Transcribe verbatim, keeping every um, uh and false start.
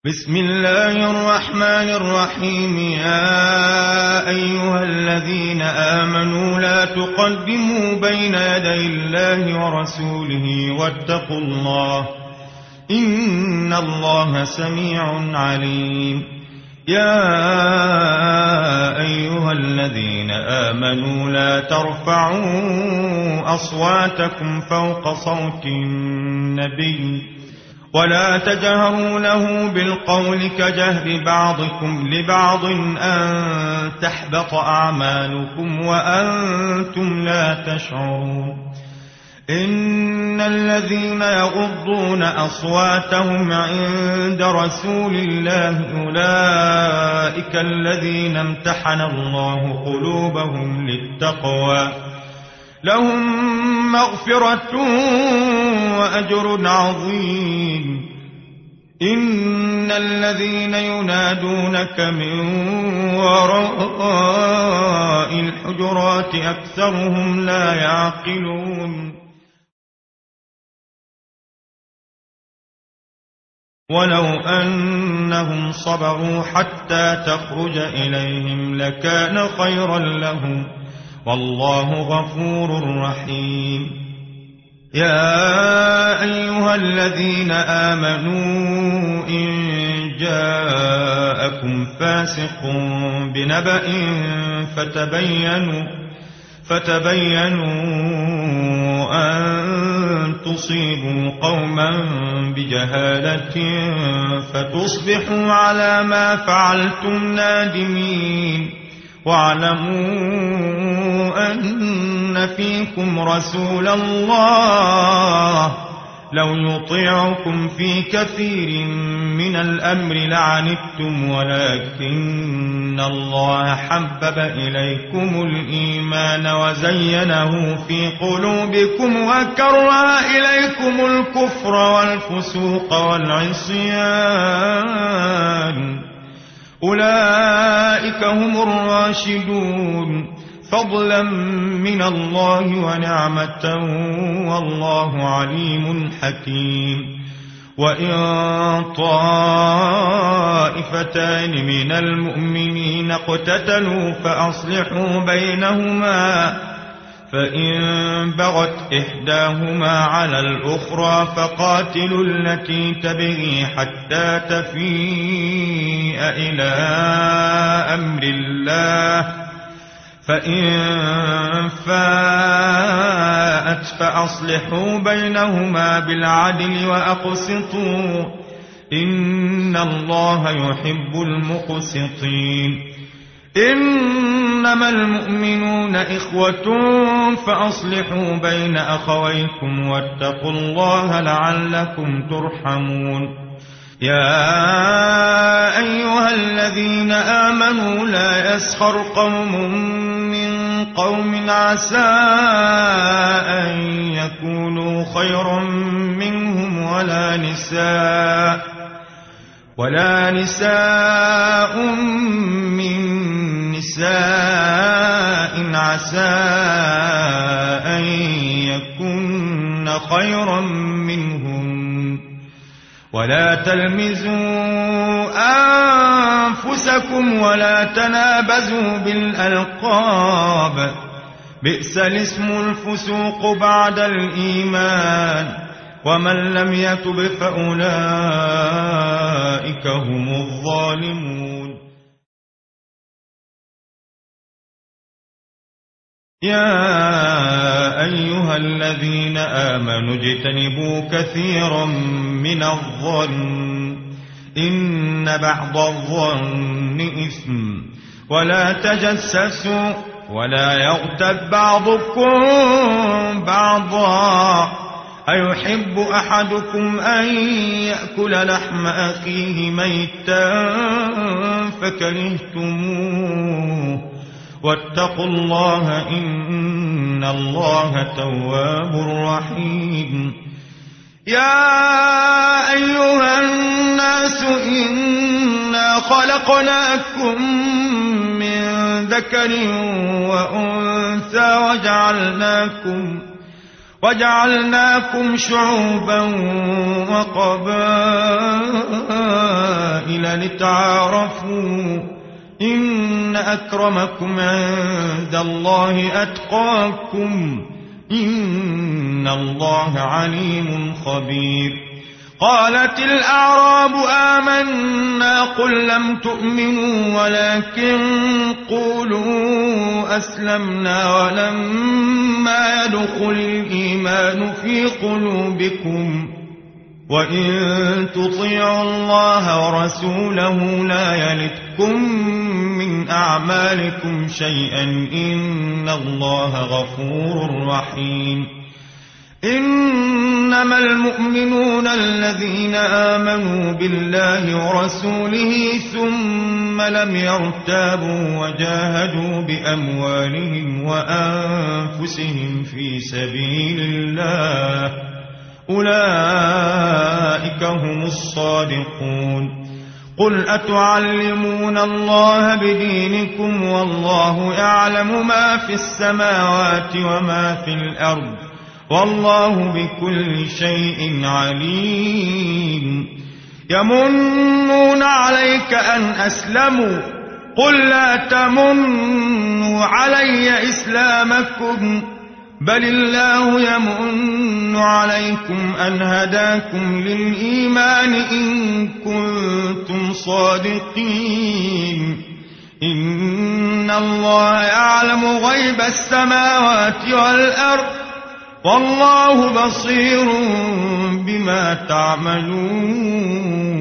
بسم الله الرحمن الرحيم. يا أيها الذين آمنوا لا تقدموا بين يدي الله ورسوله واتقوا الله إن الله سميع عليم. يا أيها الذين آمنوا لا ترفعوا أصواتكم فوق صوت النبي ولا تجهروا له بالقول كجهر بعضكم لبعض أن تحبط أعمالكم وأنتم لا تشعرون. إن الذين يغضون أصواتهم عند رسول الله أولئك الذين امتحن الله قلوبهم للتقوى لهم مغفرة وأجر عظيم. إن الذين ينادونك من وراء الحجرات أكثرهم لا يعقلون. ولو أنهم صبروا حتى تخرج إليهم لكان خيرا لهم والله غفور رحيم. يا أيها الذين آمنوا إن جاءكم فاسق بنبأ فتبينوا فتبينوا أن تصيبوا قوما بجهالة فتصبحوا على ما فعلتم نادمين. واعلموا أن فيكم رسول الله لو يطيعكم في كثير من الأمر لعنتم ولكن الله حبب إليكم الإيمان وزينه في قلوبكم وكره إليكم الكفر والفسوق والعصيان أولئك هم الراشدون فضلا من الله ونعمة والله عليم حكيم. وإن طائفتان من المؤمنين اقتتلوا فأصلحوا بينهما فإن بغت إحداهما على الأخرى فقاتلوا التي تبغي حتى تفيء إلى أمر الله فإن فاءت فأصلحوا بينهما بالعدل وأقسطوا إن الله يحب المقسطين. إنما المؤمنون إخوة فأصلحوا بين أخويكم واتقوا الله لعلكم ترحمون. يا أيها الذين آمنوا لا يسخر قوم من قوم عسى أن يكونوا خيرا منهم ولا نساء ولا نساء من نساء عسى أن يكن خيرا منهم ولا تلمزوا أنفسكم ولا تنابزوا بالألقاب بئس الاسم الفسوق بعد الإيمان ومن لم يتب فأولئك هم الظالمون. يا أيها الذين آمنوا اجتنبوا كثيرا من الظن إن بعض الظن إثم ولا تجسسوا ولا يغتب بعضكم بعضا أيحب أحدكم أن يأكل لحم أخيه ميتا فكرهتموه واتقوا الله إن الله تواب رحيم. يا أيها الناس إنا خلقناكم من ذكر وأنثى وجعلناكم وجعلناكم شعوبا وقبائل قبائل لتعارفوا إن أكرمكم عند الله أتقاكم إن الله عليم خبير. قالت الأعراب آمنا قل لم تؤمنوا ولكن قولوا أسلمنا ولما يدخل الإيمان في قلوبكم وإن تطيعوا الله ورسوله لا يلتكم من أعمالكم شيئا إن الله غفور رحيم. إنما المؤمنون الذين آمنوا بالله ورسوله ثم لم يرتابوا وجاهدوا بأموالهم وأنفسهم في سبيل الله أولئك هم الصادقون. قل أتعلمون الله بدينكم والله يعلم ما في السماوات وما في الأرض والله بكل شيء عليم. يمنون عليك أن أسلموا قل لا تمنوا علي إسلامكم بل الله يمن عليكم أن هداكم للإيمان إن كنتم صادقين. إن الله يعلم غيب السماوات والأرض والله بصير بما تعملون.